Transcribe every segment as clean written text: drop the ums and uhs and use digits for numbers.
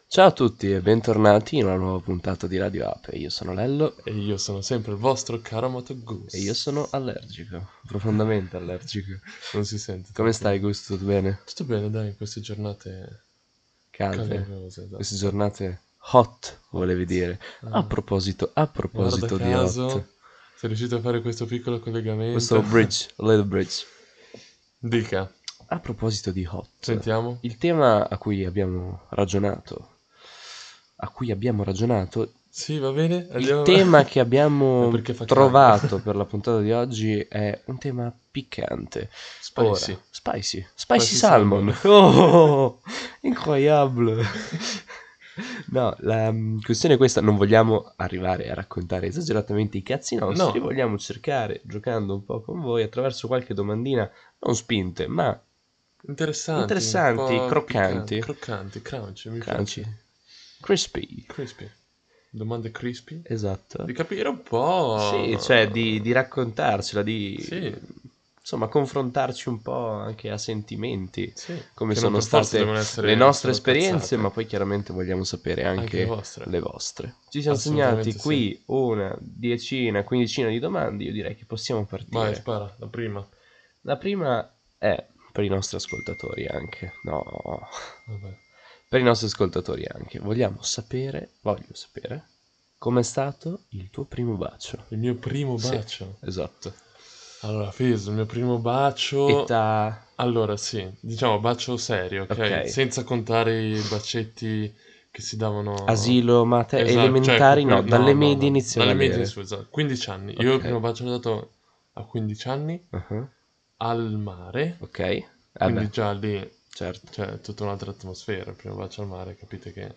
Ciao a tutti e bentornati in una nuova puntata di Radio Ape. Io sono Lello E io sono sempre il vostro caro Moto e io Goose. sono allergico, profondamente allergico. Non si sente Come troppo. stai, Gus? Tutto bene? Tutto bene, dai, in queste giornate Calde? calorose, Queste esatto. giornate hot, volevi Hot. dire. A Ah, proposito, a guarda proposito di hot, caso, sei riuscito a fare questo piccolo questo collegamento. bridge, little bridge. Dica, A proposito di hot, sentiamo. il tema a cui abbiamo ragionato, Sì, va bene, il andiamo. tema che È abbiamo perché fa caldo. trovato per la puntata di oggi è un tema piccante. Ora, Spicy. spicy Spicy salmon. salmon. Oh, incroyable. No, la questione è questa, non vogliamo arrivare a raccontare esageratamente i cazzi nostri, No, vogliamo cercare, giocando un po' con voi, attraverso qualche domandina, non spinte, ma interessanti, un interessanti, po' piccanti, croccanti, croccanti, crunchy, mi crunchy, piace. crispy, Crispy. Domande crispy? esatto. Di capire un Sì, cioè di po'. raccontarcela, di Sì, insomma confrontarci un po' anche a sentimenti, sì, come che non sono per forza state devono le essere nostre solo esperienze, ma cazzate, poi chiaramente vogliamo sapere anche le anche vostre. le vostre. Ci siamo segnati Assolutamente sì. qui una decina, quindicina di domande, io direi che possiamo Vai, partire. spara, la prima. La prima è per i nostri ascoltatori anche, no, Vabbè. per i nostri ascoltatori anche. Voglio sapere, com'è stato il tuo primo bacio? Il mio primo Sì, bacio. esatto. Allora, Fis, il mio primo bacio. Età, Allora, sì, diciamo bacio serio, ok. ok? Senza contare i bacetti che si davano. Asilo, Esatto, cioè, elementari, no, no, dalle no, medie no, inizi a dalle medie in valere. su, esatto. 15 anni. Io il Ok, primo bacio l'ho dato a 15 anni uh-huh, al mare, ok. quindi Vabbè, già lì certo. c'è tutta un'altra atmosfera, il primo bacio al mare, capite che.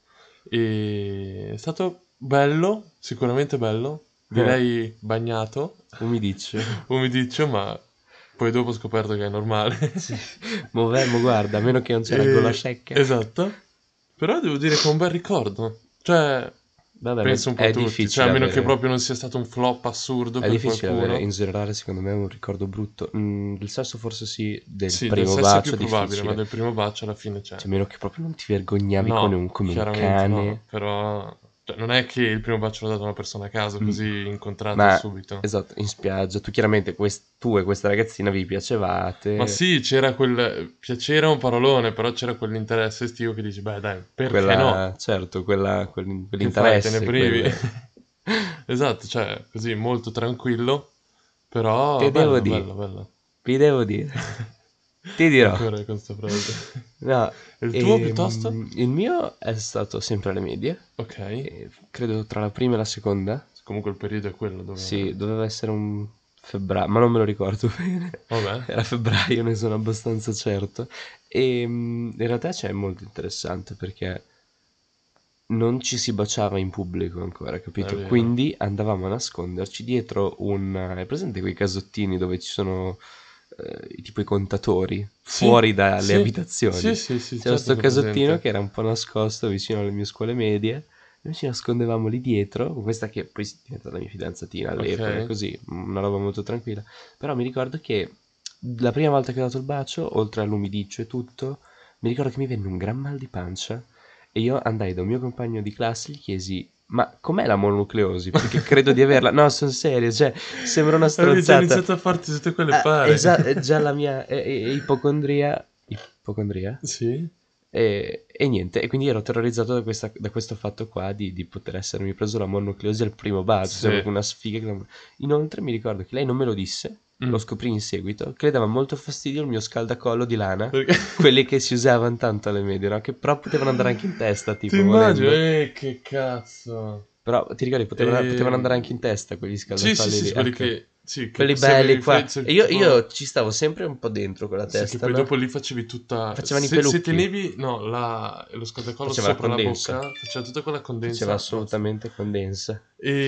E è stato bello, sicuramente bello, direi bagnato, Umidiccio. umidiccio, ma poi dopo ho scoperto che è normale. Sì. Guarda, a meno che non c'è la gola secca. Esatto, però devo dire che è un bel ricordo, cioè Vabbè, ma penso un po' a è tutti, cioè difficile a meno che avere. proprio non sia stato un flop assurdo È per difficile avere qualcuno. in generale, secondo me, un ricordo brutto. Del sesso forse sì, del Sì, del primo sesso è più bacio è probabile, ma difficile. del primo bacio alla fine c'è. Cioè, a meno che proprio non ti vergognavi No, come un chiaramente no, cane. però cioè, non è che il primo bacio l'ho dato a una persona a caso Mm, così incontrato Ma, subito. esatto, in spiaggia. Tu chiaramente, tu e questa ragazzina vi Ma piacevate. sì, c'era quel piacere è un parolone, però c'era quell'interesse estivo che dici, beh dai, perché no? Quella, certo, Che fai, te ne quell'interesse, privi? Esatto, cioè, così molto tranquillo, però Che devo bello, dire? bello, bello. Vi devo dire. Ti dirò. Ancora questa frase. No, E il tuo piuttosto? il mio è stato sempre alle medie, Ok. credo tra la prima e la seconda. Comunque il periodo è quello dove. Sì, doveva essere un febbraio, ma non me lo ricordo bene. Vabbè. Era febbraio, ne sono abbastanza certo. E in realtà c'è molto interessante perché non ci si baciava in pubblico ancora, È capito? vero. Quindi andavamo a nasconderci dietro hai presente quei casottini dove ci sono tipo i contatori Sì, fuori dalle sì, abitazioni? sì, sì, sì, C'era certo sto che ho casottino presente. che era un po' nascosto vicino alle mie scuole medie. Noi ci nascondevamo lì dietro, con questa che poi è diventata la mia fidanzatina Ok. all'epoca, così, una roba molto tranquilla. Però mi ricordo che la prima volta che ho dato il bacio, oltre all'umidiccio e tutto, mi ricordo che mi venne un gran mal di pancia e io andai da un mio compagno di classe e gli chiesi: Ma com'è la mononucleosi? Perché credo di averla. No, sono serio, cioè, sembra una Avevi già stronzata. iniziato a farti tutte quelle Ah, pare. è già la mia ipocondria. Ipocondria? Sì? E niente, e quindi ero terrorizzato da questo fatto qua di poter essermi preso la mononucleosi al primo bacio, cioè Sì. proprio una sfiga. Inoltre mi ricordo che lei non me lo disse, lo Mm. scoprì in seguito, che le dava molto fastidio il mio scaldacollo di lana, Perché. quelli che si usavano tanto alle medie, no? Che però potevano andare anche in testa, Ti tipo, immagino? volendo. Che cazzo. Però ti ricordi, potevano andare anche in Ehm, testa quegli Sì, sì, scaldacolli sì, lì, sì, quelli ecco. che. Sì, che Quelli se belli avevi qua. freddo, E io tipo. ci stavo sempre un po' dentro con la Sì, che testa, poi no? dopo lì facevi tutta. Facevano i Se pelucchi. tenevi, no, lo scaldacollo Faceva la sopra la condensa. bocca, faceva tutta quella Faceva condensa, basta. assolutamente condensa.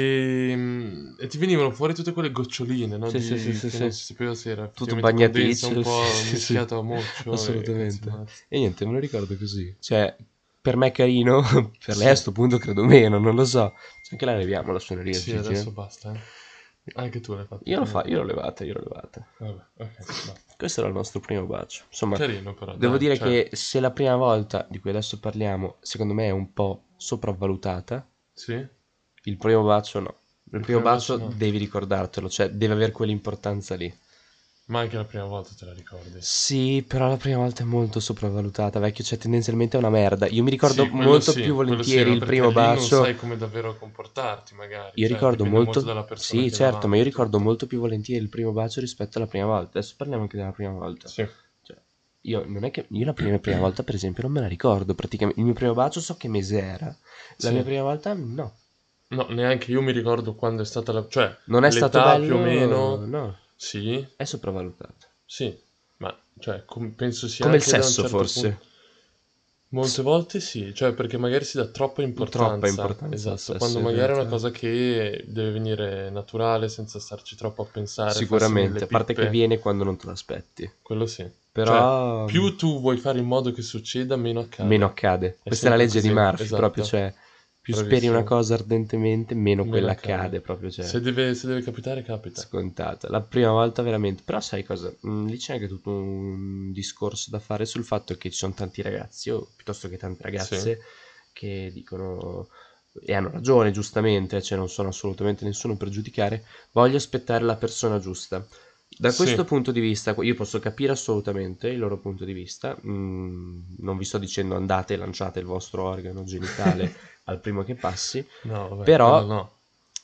E ti venivano fuori tutte quelle goccioline, no? Sì, sì, sì, sì, Che non sì. si sapeva se era Tutto effettivamente condensa un bagnaticcio, sì, po' sì, sì. mischiato a moccio e cazzi Assolutamente. mazzi. E niente, me lo ricordo così. Cioè, per me è carino, per lei a Sì, sto punto credo meno, non lo so. Cioè, anche la leviamo la suoneria, sì, Gigi, eh? adesso basta, eh. Anche tu l'hai fatto, Io comunque. l'ho levata, io l'ho levata. Vabbè, ok, va. questo era il nostro primo bacio. Insomma, Carino però, devo dai, dire cioè, che se la prima volta di cui adesso parliamo, secondo me è un po' sopravvalutata, sì, il primo bacio no. Il il primo primo bacio bacio no, devi ricordartelo, cioè deve avere quell'importanza lì. ma anche la prima volta te la ricordi. Sì, però la prima volta è molto sopravvalutata, vecchio, cioè tendenzialmente è una merda. Io mi ricordo molto più Quello sì, volentieri ma il perché primo lì non bacio. sai come davvero comportarti, magari, Io cioè ricordo dipende molto molto. dalla persona Sì, che va certo, ma io avanti e ricordo tutto. molto più volentieri il primo bacio rispetto alla prima volta. Adesso parliamo anche della prima volta. Sì. Cioè, io non è che. Io la prima volta, per esempio, non me la ricordo praticamente. Il mio primo bacio so che mese era. La mia Sì. prima volta no. No, neanche io mi ricordo quando è stata la... cioè, Non è stato l'età più o bello, meno, no. sì, È sopravvalutato. sì, ma cioè, penso sia Come il anche da un sesso, certo punto. forse. Molte volte sì, cioè perché magari si dà troppa Troppa importanza, importanza al esatto, sesso, quando in magari è una realtà. cosa che deve venire naturale senza starci troppo a pensare, farsi Sicuramente, mille a parte che pippe, viene quando non te lo aspetti. quello sì. Cioè, Però più tu vuoi fare in modo che succeda, meno meno accade. accade. È Questa è la sempre legge di così, Murphy, proprio, esatto, cioè, più speri una bravissimo. cosa ardentemente, meno Meno quella accade. accade, proprio, cioè, Se deve capitare, capita. scontata. La prima volta veramente, però sai cosa? Lì c'è anche tutto un discorso da fare sul fatto che ci sono tanti ragazzi, o piuttosto che tante Sì, ragazze, che dicono, e hanno ragione, giustamente, cioè non sono assolutamente nessuno per giudicare, voglio aspettare la persona giusta. Da sì, questo punto di vista, io posso capire assolutamente il loro punto di vista. Non vi sto dicendo andate e lanciate il vostro organo genitale al primo che passi, no, vabbè, quello però no.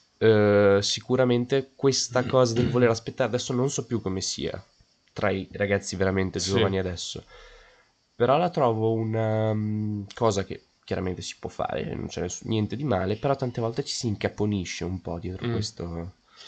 sicuramente questa cosa del voler aspettare, adesso non so più come sia tra i ragazzi veramente Sì, giovani adesso, però la trovo una cosa che chiaramente si può fare, non c'è niente di male, però tante volte ci si incaponisce un po' dietro mm. questo.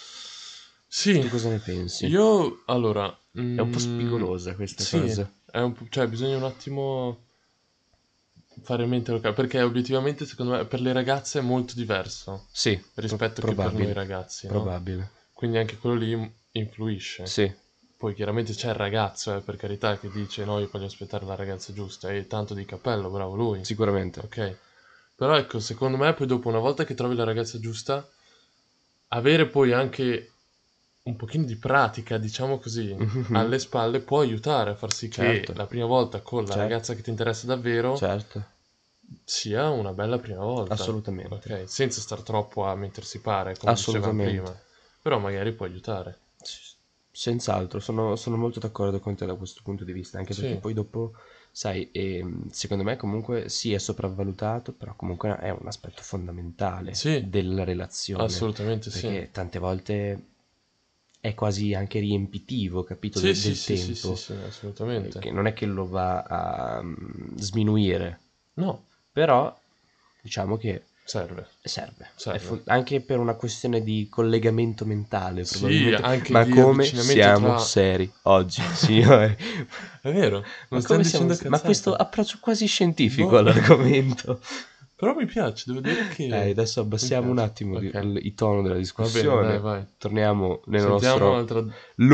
Sì, Tu cosa ne pensi? io allora, È un po' spigolosa questa sì, cosa. cioè bisogna un attimo fare mente locale, perché obiettivamente secondo me per le ragazze è molto diverso Sì, rispetto che per noi probabile, ragazzi, no? probabile. Quindi anche quello lì influisce. Sì, Poi chiaramente c'è il ragazzo, per carità, che dice no, io voglio aspettare la ragazza giusta, e tanto di cappello, bravo lui, sicuramente. ok? Però ecco, secondo me poi dopo una volta che trovi la ragazza giusta, avere poi anche un pochino di pratica, diciamo così, Mhm. alle spalle può aiutare a far sì che Certo, la prima volta con la certo, ragazza che ti interessa davvero certo, sia una bella prima volta, assolutamente, ok? Senza star troppo a mettersi pare, come dicevamo assolutamente. prima, però magari può aiutare. Senz'altro, sono molto d'accordo con te da questo punto di vista, anche perché Sì, poi dopo, sai, secondo me comunque sì è sopravvalutato, però comunque è un aspetto fondamentale sì, della relazione, assolutamente sì. perché tante volte è quasi anche riempitivo, capito, Sì, sì, del sì, sì, sì, tempo, sì, assolutamente. che non è che lo va a sminuire, No, però diciamo che serve, serve. serve. Anche per una questione di collegamento mentale, Sì, probabilmente. anche Ma di come avvicinamento siamo tra... seri oggi, signore? È vero, Ma non stiamo come siamo. dicendo Ma questo cazzate. approccio quasi scientifico Boh. all'argomento. Però mi piace, devo dire Dai, che adesso mi abbassiamo un piace. attimo Ok, il tono della va bene, dai, discussione. vai. Torniamo nel Sentiamo nostro un'altra...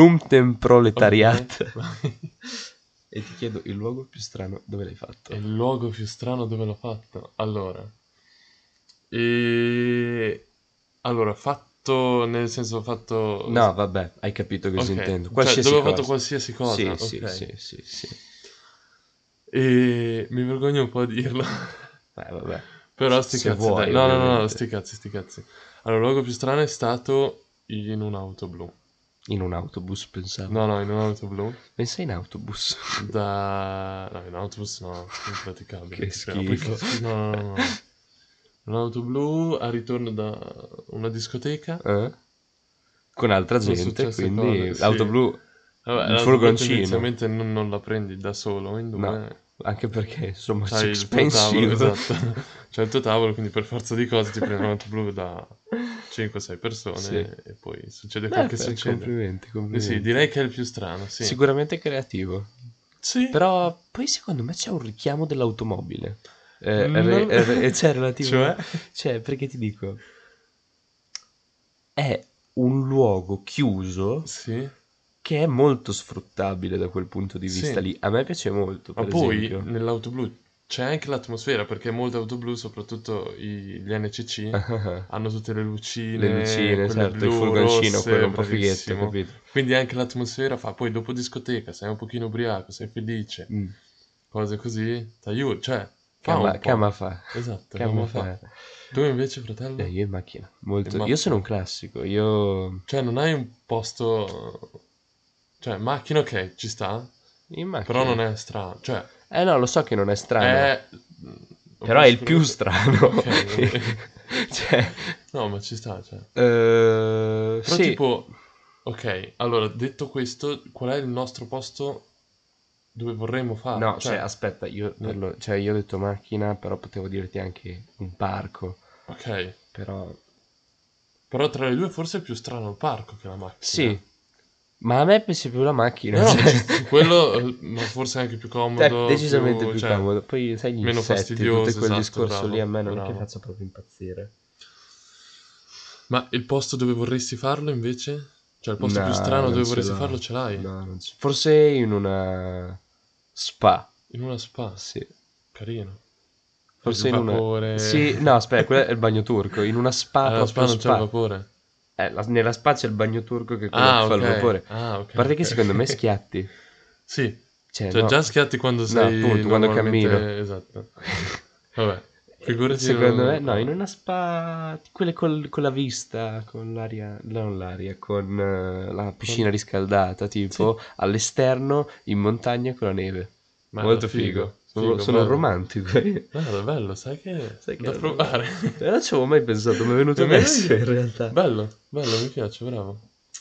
Ok, Lumpenproletariat. vai. E ti chiedo il luogo più strano dove l'hai E fatto? il luogo più strano dove l'ho fatto? Allora, e... Allora, fatto, nel senso fatto... No, vabbè, hai capito cosa Ok, intendo. cioè dove Qualsiasi ho fatto cosa. qualsiasi cosa, Sì, sì, ok. sì, sì, sì. E mi vergogno un po' a dirlo. Vabbè. Però sti Se cazzi, dai. vuoi, No, no, no, no, ovviamente. sti cazzi, sti cazzi. Allora, il luogo più strano è stato in un'auto blu. In un autobus, pensavo. No, no, in un'auto blu. Pensa in autobus. No, in autobus no, impraticabile, Che ti prego. Poi che schifo. schifo. No, no, no, no. Un'auto blu a ritorno da una discoteca. Eh? Con altra Sono gente, successe cose, quindi sì. l'auto blu, Vabbè, il l'auto blu furgoncino. tendenzialmente non la prendi da solo, in No, due. anche perché so much C'hai il tuo tavolo, expensive. esatto. C'hai il tuo tavolo, quindi per forza di cose ti prendi un'auto blu da 5-6 Sì. persone e poi succede quel che Beh, succede. complimenti, Quindi sì, complimenti. direi che è il più strano, sì. Sicuramente creativo. Sì, Però poi secondo me c'è un richiamo dell'automobile. non... C'è relativo. Cioè? Cioè, perché ti dico, è un luogo chiuso Sì, che è molto sfruttabile da quel punto di vista sì. lì. A me piace molto, Ma per poi esempio. nell'auto blu c'è anche l'atmosfera, perché molte auto blu, soprattutto gli NCC, hanno tutte le Le lucine, lucine, quelle certo, il blu, furgoncino, quello rosse, un po' fighetto, bravissimo. capito? Quindi anche l'atmosfera fa, poi dopo discoteca, sei un pochino ubriaco, sei felice, Mm. cose così, t'aiuta, cioè, fa un Cama po'. fa. Esatto, Cama come fa. fa. Tu invece, fratello? Io in macchina, In molto. Io sono un macchina? classico, io Cioè, non hai un posto... Cioè, macchina, ok, ci sta, in però non macchina. è strano, cioè, No, lo so che non è strano, è... però è il più Sicuramente... strano. Ok, vabbè. Cioè, No, ma ci sta, cioè. Però sì. tipo, ok, allora, detto questo, qual è il nostro posto dove vorremmo farlo? No, cioè, Cioè, aspetta, ne- cioè, io ho detto macchina, però potevo dirti anche un parco, ok, però però tra le due forse è più strano il parco che la macchina. sì, ma a me piace più la macchina, No, no, ma cioè. su quello, ma forse anche più comodo, Decisamente più, più cioè, comodo. Poi sai gli meno insetti, tutto fastidioso, quel esatto, discorso lì a bravo, me non è che bravo. faccia proprio impazzire. Ma il posto dove vorresti farlo invece? Cioè, il posto più No, strano non dove ce vorresti farlo l'ho. ce l'hai? No, non ce... Forse in una spa, In una spa, sì. carino. Il Forse in una... vapore... Sì, no, aspetta, quello è il bagno turco. In una spa, Alla spa proprio non c'è il spa. vapore. Nella spa c'è il bagno turco che è quello che Ah, fa il ok. vapore. Ah, A ok, parte che ok. secondo me schiatti. Sì. Cioè, Cioè, no. già schiatti quando No, sei appunto, quando cammino. normalmente... Esatto. Vabbè, figurati... Secondo me, no, in vabbè. una spa, quelle con la vista, con l'aria, non l'aria, con la piscina Con... riscaldata, Sì, tipo all'esterno, in montagna con la neve. bello, Molto figo. figo, Sono, figo, sono un bello. romantico io. Bello, bello, sai che... Sai che Da provare. non ci avevo mai pensato, mi è venuto Nemmeno adesso io. in realtà. Bello, bello, mi piace, bravo.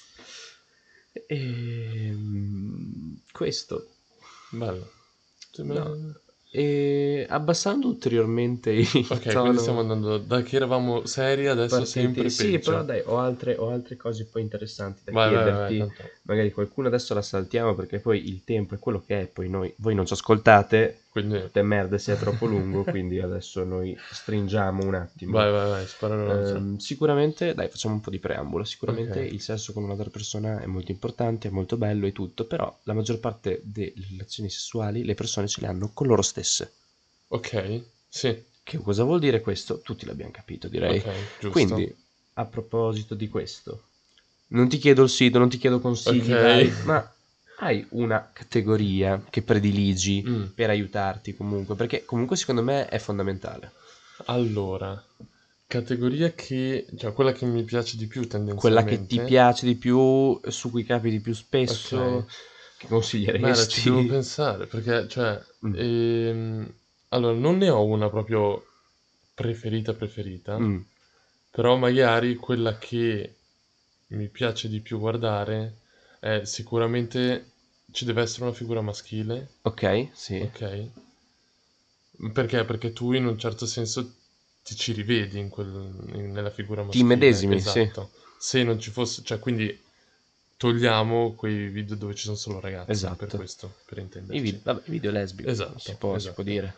Questo, Bello. Sì, no. E abbassando ulteriormente il ok, quindi stiamo tono. andando da che eravamo seri adesso Partiti. sempre Sì, però peggio. dai, ho altre cose poi interessanti da Vai, chiederti. tanto. Magari qualcuno adesso la saltiamo perché poi il tempo è quello che è, poi voi non ci ascoltate, Quindi, tutte merde se è troppo lungo, quindi adesso noi stringiamo un attimo. vai, spara veloce. Sicuramente, dai, facciamo un po' di preambolo. Ok, Sicuramente il sesso con un'altra persona è molto importante, è molto bello e tutto, però la maggior parte delle relazioni sessuali le persone ce le hanno con loro stesse. ok, sì, Che cosa vuol dire questo? Tutti l'abbiamo capito, direi. ok, giusto. Quindi, a proposito di questo, non ti chiedo il sito, non ti chiedo Ok, consigli vari, ma hai una categoria che prediligi mm, per aiutarti comunque? Perché comunque secondo me è fondamentale. allora, categoria che, cioè quella che mi piace di più Quella che ti tendenzialmente. piace di più, su cui capiti più Ok, spesso, che beh, ci devo consiglieresti? pensare perché, cioè, Mm, allora, non ne ho una proprio preferita, mm, però magari quella che mi piace di più guardare è sicuramente ci deve essere una figura maschile, ok, sì. ok? Perché? Perché tu in un certo senso ti ci rivedi nella figura Ti maschile, medesimi, sì. esatto. Se non ci fosse, cioè quindi togliamo quei video dove ci sono solo ragazze, per Esatto. questo, per intenderci. Vabbè, i video lesbico, si Esatto, può, si può esatto. dire.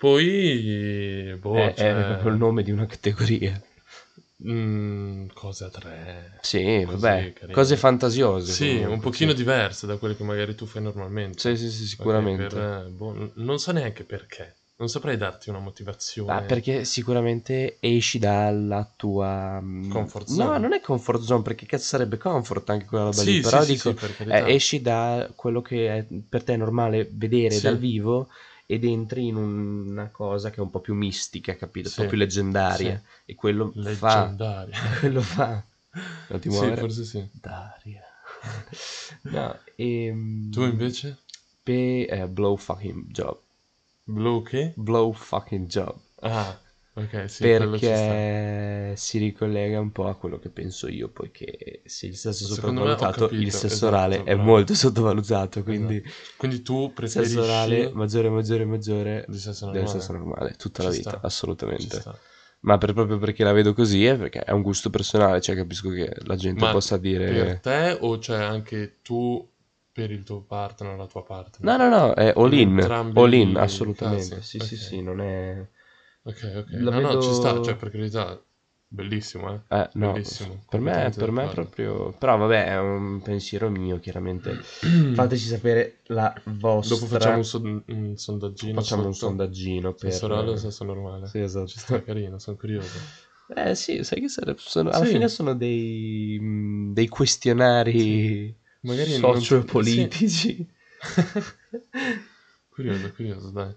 Poi, boh, È proprio il cioè, nome di una categoria. cose a tre, Sì, così vabbè, cose carine. fantasiose Sì, un comunque, pochino sì. diverse da quelle che magari tu fai Sì, normalmente. sì, sì, Ok, sicuramente. boh, non so neanche perché. Non saprei darti una motivazione. Perché sicuramente esci dalla tua... Comfort No, zone. non è comfort zone, perché cazzo sarebbe comfort anche quella roba lì, Sì, però sì, sì, dico, per carità. esci da quello che è per te normale vedere dal Sì, vivo ed entri in una cosa che è un po' più mistica, capito? Un po' sì, più sì. leggendaria. E quello fa... Leggendaria. Quello fa... Non ti Sì, muovere? forse sì. Daria. No, Tu invece? blow fucking job. Blue che? Blow fucking job. Ah, ok, sì, quello ci sta. Perché si ricollega un po' a quello che penso io, poiché se il sesso è Secondo me ho sopravvalutato, il capito, sesso orale esatto, è bravo. molto sottovalutato, quindi Esatto. Quindi tu sesso orale preferisci maggiore, maggiore, maggiore di sesso del sesso normale? normale, tutta la Ci vita, sta, ci assolutamente. sta. Ma proprio perché la vedo così è perché è un gusto personale, cioè capisco che la gente Ma possa per dire te o c'è anche tu per il tuo partner o la tua no, partner? no, no, è In all in, entrambi i casi? assolutamente, sì, sì, Ok, sì, non è... ok. La No, ci sta, vedo... cioè per carità, bellissimo, No, bellissimo, per me, completamente per me è d'accordo. proprio... Però vabbè, è un pensiero mio, chiaramente. Fateci sapere la Dopo facciamo vostra... un sondaggino Facciamo un sotto, sondaggino sesso orale o per... sesso normale. Sì, Ci sta esatto. carino, sono curioso. Sì, sai che alla fine Sì, sono dei sì, questionari magari non ti... Sì, sociopolitici. curioso, curioso, dai.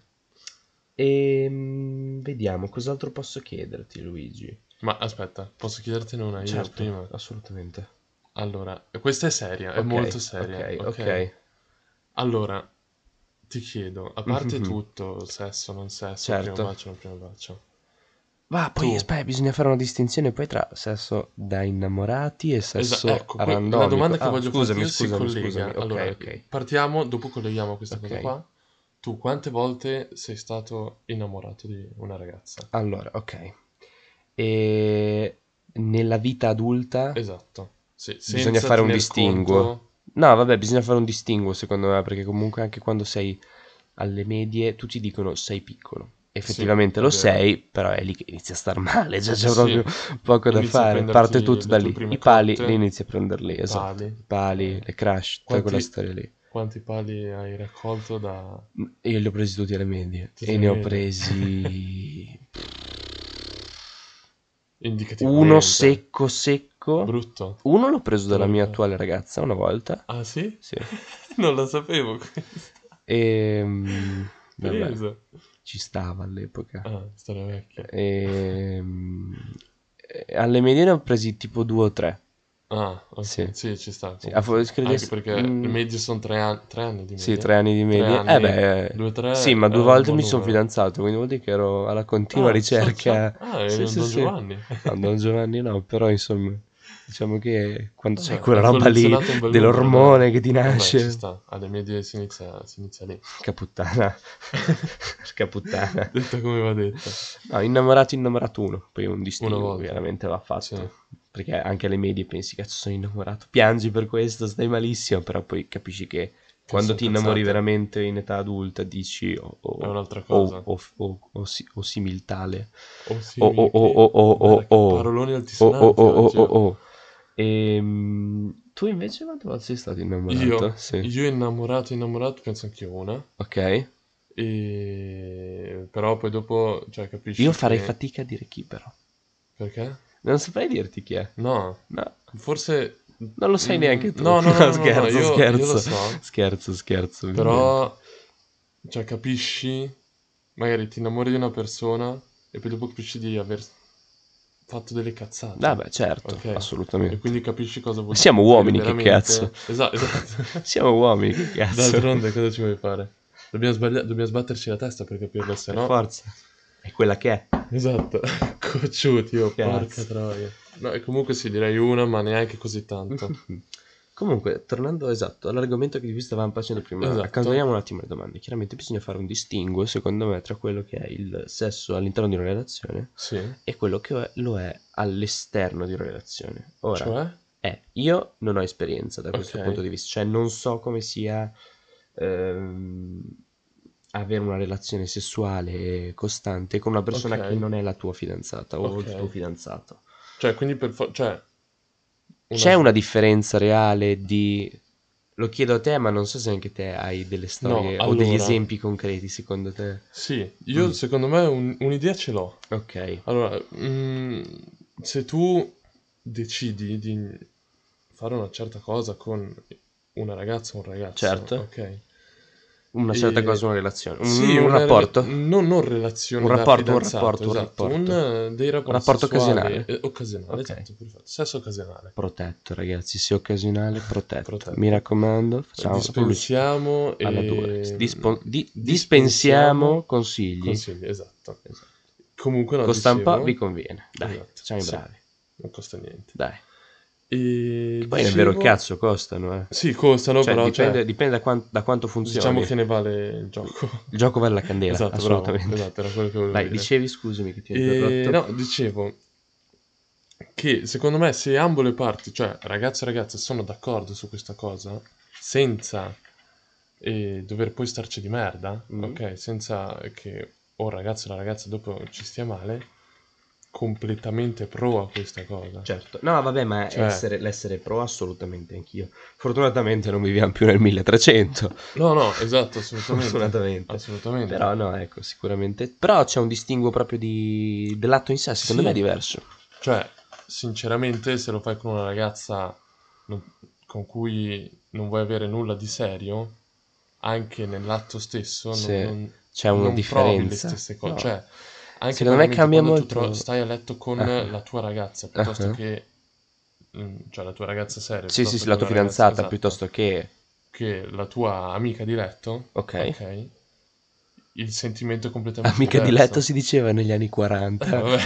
Vediamo, cos'altro posso chiederti, Luigi? Ma aspetta, posso chiedertene una io Certo, prima? assolutamente. Allora, questa è seria, è Ok, molto ok, seria, ok. ok? Allora, ti chiedo, a parte tutto, sesso, non sesso, primo Certo. bacio, non primo bacio, Ma tu, poi, aspetta, bisogna fare una distinzione poi tra sesso da innamorati e sesso ecco, la randomico. domanda che Ah, voglio farti scusami, io si scusami, scusami. collega. Ok, Allora, ok, partiamo, dopo colleghiamo a questa ok. cosa qua. Tu quante volte sei stato innamorato di una ragazza? Allora, ok. E nella vita adulta Esatto, sì, bisogna senza fare un tener distinguo. conto... No, vabbè, bisogna fare un distinguo secondo me, perché comunque anche quando sei alle medie tutti dicono sei piccolo. Sì, Effettivamente è lo vero. sei, però è lì che inizia a star male, cioè c'è Sì, proprio poco da inizi a fare. Parte prenderti tutto le da tue lì. prime I pali li cotte, inizi a prenderli, i esatto. pali. I pali, le crush, tutta quella Quanti, storia lì. quanti pali hai raccolto da Io li ho presi tutti alle medie tutte e le ne ho medie? presi uno Indicativamente. secco secco. Brutto, Uno l'ho preso te lo dalla mia ricordo. attuale ragazza una volta. Ah sì? Sì. Non lo sapevo questo. E vabbè, Peso. ci stava all'epoca. Ah, storia vecchia. E, alle medie ne ho presi tipo due o tre. Ah, Sì. ok. Sì, ci sta Sì, comunque. Anche credo perché le medie sono 3 anni di sì, media. 3 anni di Tre medie. anni, Beh, 2-3 sì, ma due è un volte buon mi sono numero. fidanzato, quindi vuol dire che ero alla continua Ah, ci sta. ricerca. Ah, eri Sì, un sì, Don sì. Giovanni. No, Don Giovanni no, però insomma, diciamo che quando c'è Vabbè, quella hai roba lì collezionato un bel numero, dai. dell'ormone che ti Vabbè, ci nasce, sta. Alle medie si inizia lì. porca puttana, porca puttana. Detta come va detta. No, innamorato, innamorato uno, poi un Una distinguo volta. chiaramente va Sì. fatto, perché anche alle medie pensi, cazzo sono innamorato, piangi per questo, stai malissimo, però poi capisci che Che quando sono ti innamori cazzate. veramente in età adulta dici È un'altra cosa. o similtale, Oh o o simil o che... o o o Guarda che o paroloni o o altisonanti o o oggi, o oh. o. Tu invece quante volte sei stato innamorato? Io, Sì. io innamorato, penso anch'io una. Ok. E... Però poi dopo, cioè, Io capisci farei che... fatica a dire chi però. Perché? Non saprei dirti chi è. No, No. forse... Non lo sai neanche tu. no, no, no, No, no, no, no, scherzo, io lo scherzo. so. Scherzo, scherzo, ovviamente. Però, cioè, capisci... Magari ti innamori di una persona e poi dopo capisci di aver fatto delle cazzate. Vabbè, certo, Ok? E assolutamente. quindi capisci cosa vuol Siamo dire uomini, che cazzo. veramente. Esatto, esatto. Siamo uomini, che cazzo. D'altronde, cosa ci vuoi fare? Dobbiamo sbatterci la testa per capirlo, se Per no. forza. È quella che è. Esatto, cocciuti, oh, porca Cazzo. troia. No, e comunque sì, direi una, ma neanche così tanto. Comunque, tornando esatto all'argomento che vi stavamo facendo prima, Esatto, accantoниamo un attimo le domande. Chiaramente bisogna fare un distinguo, secondo me, tra quello che è il sesso all'interno di una relazione sì. e quello che lo è all'esterno di una relazione. Ora, Cioè? io non ho esperienza da Ok, questo punto di vista, cioè non so come sia ehm, avere una relazione sessuale costante con una persona che ok, non è la tua fidanzata o il tuo ok. fidanzato. Cioè, quindi cioè, una... C'è una differenza reale di... Lo chiedo a te, ma non so se anche te hai delle No, storie o degli allora... esempi concreti secondo te. Sì, io Mm, secondo me un'idea ce l'ho. ok, Allora, se tu decidi di fare una certa cosa con una ragazza o un ragazzo, certo. ok? Una certa cosa, E una relazione. sì, Un rapporto? non Un relazione da rapporto, un fidanzato, rapporto, un esatto, rapporto. dei Un rapporti rapporto sessuali occasionale. occasionali, Ok. esatto, perfetto, sesso occasionale, Protetto, ragazzi, sia occasionale, protetto. Mi protetto. raccomando, facciamo la pubblicità. Dispensiamo Alla dura. e Dispensiamo dispensiamo consigli. consigli, esatto. Esatto. Comunque, no, Costa un po', vi dicevo, conviene. Dai, esatto, facciamo i sì, bravi. non costa niente. Dai. E Che poi nel vero il dicevo, cazzo costano, eh. sì, costano, Cioè, però, cioè, dipende da quanto diciamo funzioni. che ne vale il gioco. Il gioco vale la candela, Esatto, bravo, assolutamente. esatto, era quello che volevo Vai, dire. dicevi, scusami che ti ho E interrotto. no, dicevo che secondo me se ambo le parti, cioè ragazzo e ragazza, sono d'accordo su questa cosa, senza dover poi starci di merda, Mm? ok? Senza che o il ragazzo o la ragazza dopo ci stia male, completamente pro a questa cosa. Certo, no, vabbè, ma Cioè, l'essere pro assolutamente anch'io. Fortunatamente non viviamo più nel 1300. no, no, esatto, assolutamente. Fortunatamente. Assolutamente. Però no, ecco, sicuramente. Però c'è un distinguo proprio dell'atto in sé, secondo me è Sì, diverso. cioè, sinceramente, se lo fai con una ragazza non- con cui non vuoi avere nulla di serio, anche nell'atto stesso Se c'è una non provi le differenza. stesse cose. No, Cioè, anche secondo me banalmente cambia quando tu molto. stai a letto con Ah, la tua ragazza, ah, piuttosto ah. che, cioè la tua ragazza seria, Sì, sì, piuttosto sì, che la tua una ragazza, fidanzata esatto, piuttosto che. che la tua amica di letto, Ok. ok? Il sentimento è completamente Amica di letto diverso. si diceva negli anni 40. Vabbè.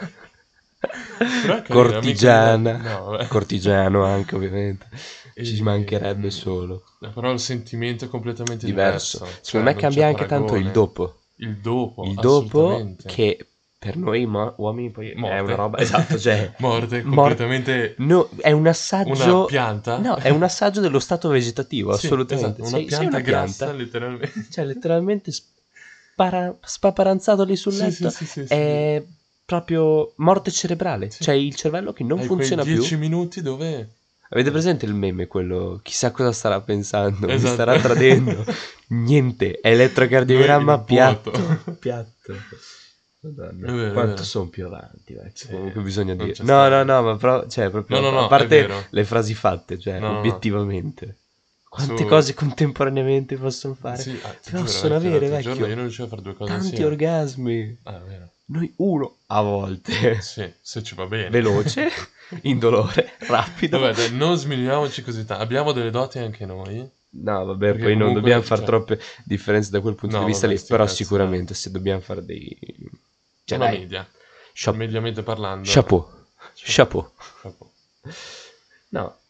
Però è carina, amica di letto. Cortigiana. No, vabbè. Ci anche, ovviamente. Ci mancherebbe Ehm, solo. Però il sentimento è completamente Diverso. diverso, Secondo cioè me non c'è cambia anche tanto il paragone. dopo. Il dopo, Il dopo assolutamente. che per noi uomini poi è una Morte. roba. Esatto, cioè. Morte, Mor- completamente no, è un una assaggio. pianta. No, è un assaggio dello stato vegetativo, Sì, esatto, assolutamente. una Sei pianta una grassa, pianta. letteralmente. Cioè, letteralmente spaparanzato lì sul Sì, sì, letto. sì, sì, sì. È proprio morte cerebrale. Sì. C'è il cervello che non Hai quei funziona più. 10 minuti dove... Avete presente il meme, quello? Chissà cosa starà pensando, mi Esatto. starà tradendo. Niente, Dove elettrocardiogramma il vuoto. piatto. Piatto. È Madonna, vero, è quanto vero. sono più avanti, vecchio. Sì, Comunque bisogna non dire. c'è No, no, storia. no, ma cioè, No, proprio, no, a no, è parte vero. le frasi fatte, cioè, No, no, no. obiettivamente. Quante Su... cose contemporaneamente possono fare? Sì, ti giuro, Possono vecchio, avere, l'altro giorno io vecchio, non riuscivo a fare due cose tanti insieme. orgasmi. Ah, è vero. Noi uno a volte. Sì, se ci va bene. Veloce, indolore, rapido. Vabbè, dai, non smiliamo così tanto. Abbiamo delle doti anche noi. No, vabbè, Perché poi non dobbiamo comunque, fare cioè... troppe differenze da quel punto di No, vista vabbè, lì, sti però cazzi, dai. sicuramente se dobbiamo fare dei. Cioè, Una dai, media. chapeau. Mediamente parlando. Chapeau. Chapeau. Chapeau. No,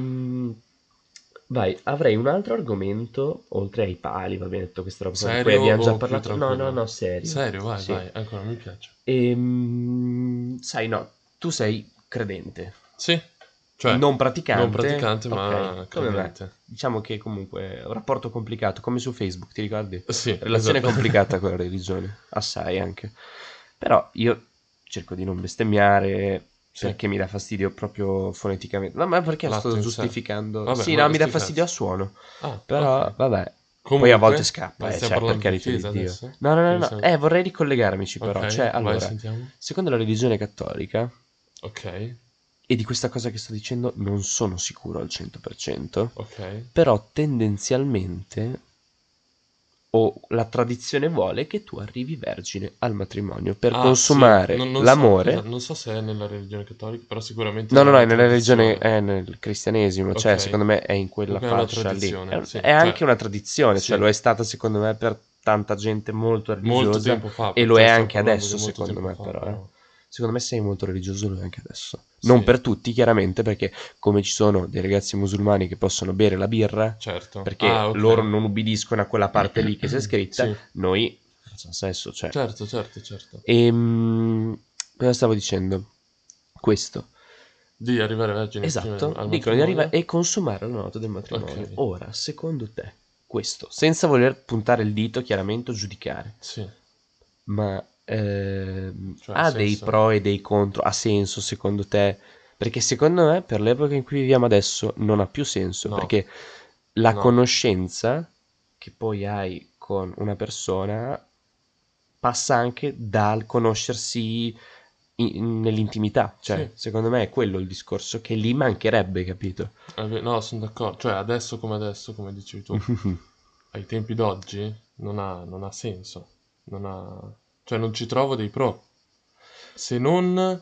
vai, avrei un altro argomento, oltre ai pali, va bene, detto questa roba qua di cui Serio abbiamo già o più parlato. No, no, tranquillo? no, serio. Serio, vai, Sì. vai. Ancora mi piace. Sai, no, tu sei credente. Sì, cioè, Non non praticante, praticante, ma ok, come me. credente. Diciamo che comunque un rapporto complicato, come su Facebook, ti ricordi? Sì, Relazione esatto. complicata con la religione, assai anche. Però io cerco di non bestemmiare Sì, perché mi dà fastidio proprio foneticamente. No, ma perché l'atto sto in sé. giustificando? Vabbè, Sì, ma no, mi dà sti fastidio a cazzi. suono. Ah, Però, ok. vabbè. Poi a volte Comunque, ma scappa, stiamo cioè, per parlando di carità di chiesa Dio. adesso? No, no, no, Quindi no. siamo... Vorrei ricollegarmici però. Cioè, Ok, vai, allora, sentiamo. secondo la religione cattolica, Ok, e di questa cosa che sto dicendo non sono sicuro al 100%, ok. però tendenzialmente o la tradizione vuole che tu arrivi vergine al matrimonio per Ah, sì, consumare non so, l'amore. non so se è nella religione cattolica, però sicuramente No, no, è no, è una nella religione, tradizione. è nel cristianesimo, cioè Ok, secondo me è in quella comunque è una fascia lì. tradizione, sì. È anche Cioè, una tradizione, cioè sì, lo è stata secondo me per tanta gente molto molto religiosa tempo fa, e lo è cioè stiamo anche parlando di adesso molto secondo tempo me fa, però. però. Secondo me sei molto religioso lo è anche adesso. Non Sì, per tutti chiaramente perché come ci sono dei ragazzi musulmani che possono bere la birra certo. perché Ah, loro ok. non ubbidiscono a quella parte lì che c'è scritta, Sì, noi facciamo sesso, cioè. certo, certo, certo. Cosa stavo dicendo? Questo. Di arrivare vergine prima Esatto, al dicono di arrivare matrimonio? e consumare la nota del Ok, matrimonio. Ora, secondo te, questo, senza voler puntare il dito chiaramente o giudicare, sì, ma cioè ha ha dei senso? pro e dei contro? Ha senso secondo te? Perché secondo me, per l'epoca in cui viviamo adesso, non ha più senso, No, perché la no, conoscenza che poi hai con una persona passa anche dal conoscersi nell'intimità, sì, cioè, secondo me è quello il discorso che lì mancherebbe, capito? no, sono d'accordo. Cioè adesso, come dicevi tu, ai tempi d'oggi non ha senso. Non ha... Cioè non ci trovo dei pro. Se non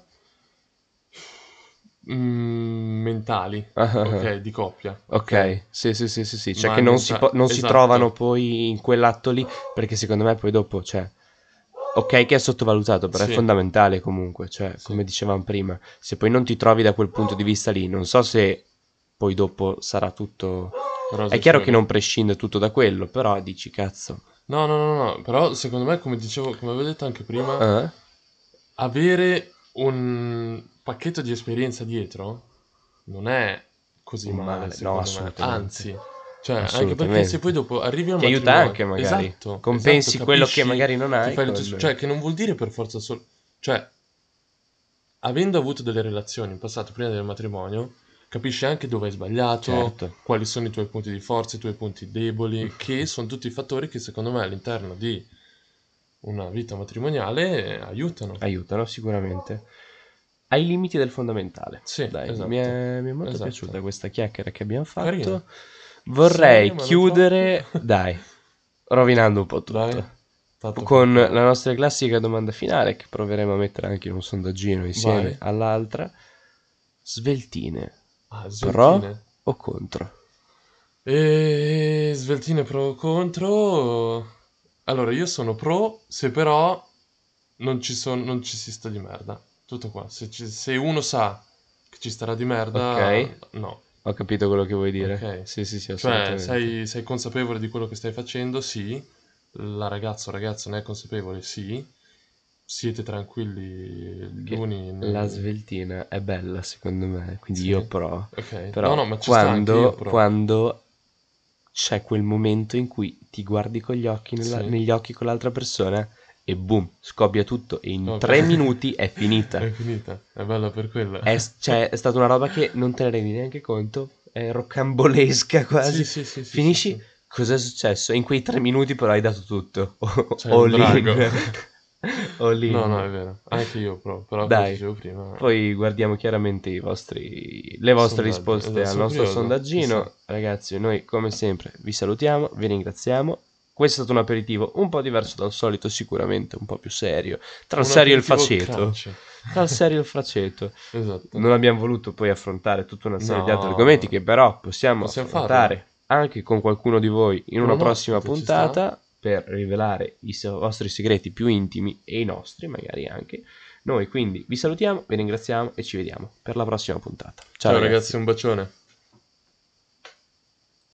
mentali, ok, di coppia, ok? Ok, sì, sì, sì, sì, sì, cioè che Ma mentali, non si trovano esatto, poi in quell'atto lì, perché secondo me poi dopo, cioè, ok che è sottovalutato, però è sì, fondamentale comunque, cioè, sì, come dicevamo prima, se poi non ti trovi da quel punto di vista lì, non so se poi dopo sarà tutto. È rose e chiaro che fiori. non prescinde tutto da quello, però dici, cazzo. No, no, no, no, però secondo me, come dicevo, come avevo detto anche prima, Eh? avere un pacchetto di esperienza dietro non è così Un male, male, no, secondo me. assolutamente. Anzi, cioè, anche perché se poi Assolutamente. dopo arrivi al Ti aiuta matrimonio, anche magari. esatto, esatto, Compensi quello che capisci, magari non ti hai fai le tue... con. Cioè, che non vuol dire per forza solo... Cioè, avendo avuto delle relazioni in passato prima del matrimonio, capisci anche dove hai sbagliato, Certo, quali sono i tuoi punti di forza, i tuoi punti deboli, che sono tutti fattori che secondo me all'interno di una vita matrimoniale aiutano. aiutano sicuramente. Ai limiti del fondamentale. Sì, Dai, esatto, mi è molto esatto. piaciuta questa chiacchiera che abbiamo Carina. fatto. Seria, Vorrei ma non troppo. chiudere, dai, rovinando un po' Dai, tutto, tanto per con la prova. nostra classica domanda finale, che proveremo a mettere anche in un sondaggino insieme Vai. all'altra. Sveltine, Ah, sveltine. pro o contro? E sveltine pro o contro. Allora, io sono pro se però non ci si sta di merda. Tutto qua. Se uno sa che ci starà di Ok, merda, no. ho capito quello che vuoi dire. Ok. Sì, sì, sì, Cioè, assolutamente. sei consapevole di quello che stai facendo? Sì. La ragazza o ragazzo ne è consapevole? Sì. Siete tranquilli gli Che uni la nei... sveltina è bella secondo me, quindi Sì. io pro. Ok. No, Però no, ma ci sta anche io pro. quando c'è quel momento in cui ti guardi con gli occhi Sì. negli occhi con l'altra persona e boom, scoppia tutto e in Scopri. 3 minuti è finita. È finita. È bella per quella. Cioè, è stata una roba che non te ne rendi neanche conto, è rocambolesca Sì, quasi. sì, sì, sì, sì, Finisci, sì. cos'è successo? In quei 3 minuti però hai dato tutto. Sei un All drago. in. All No, no, in. è vero. Anche io pro. Però come ti Dai, dicevo prima, poi guardiamo chiaramente le vostre sondaggi. risposte Esatto, al sono nostro curioso. Chissà. sondaggino. Ragazzi, noi come sempre vi salutiamo, vi ringraziamo. Questo è stato un aperitivo un po' diverso dal solito, sicuramente un po' più serio. Tra il Un serio e il aperitivo faceto. crunchy. Tra il serio e il faceto. Esatto. Non abbiamo voluto poi affrontare tutta una serie di altri argomenti No, che però possiamo possiamo farlo. affrontare anche con qualcuno di voi in Con una un prossima ospite, ci sta? puntata per rivelare vostri segreti più intimi e i nostri magari anche. Noi quindi vi salutiamo, vi ringraziamo e ci vediamo per la prossima puntata. Ciao Ciao ragazzi. ragazzi, un bacione.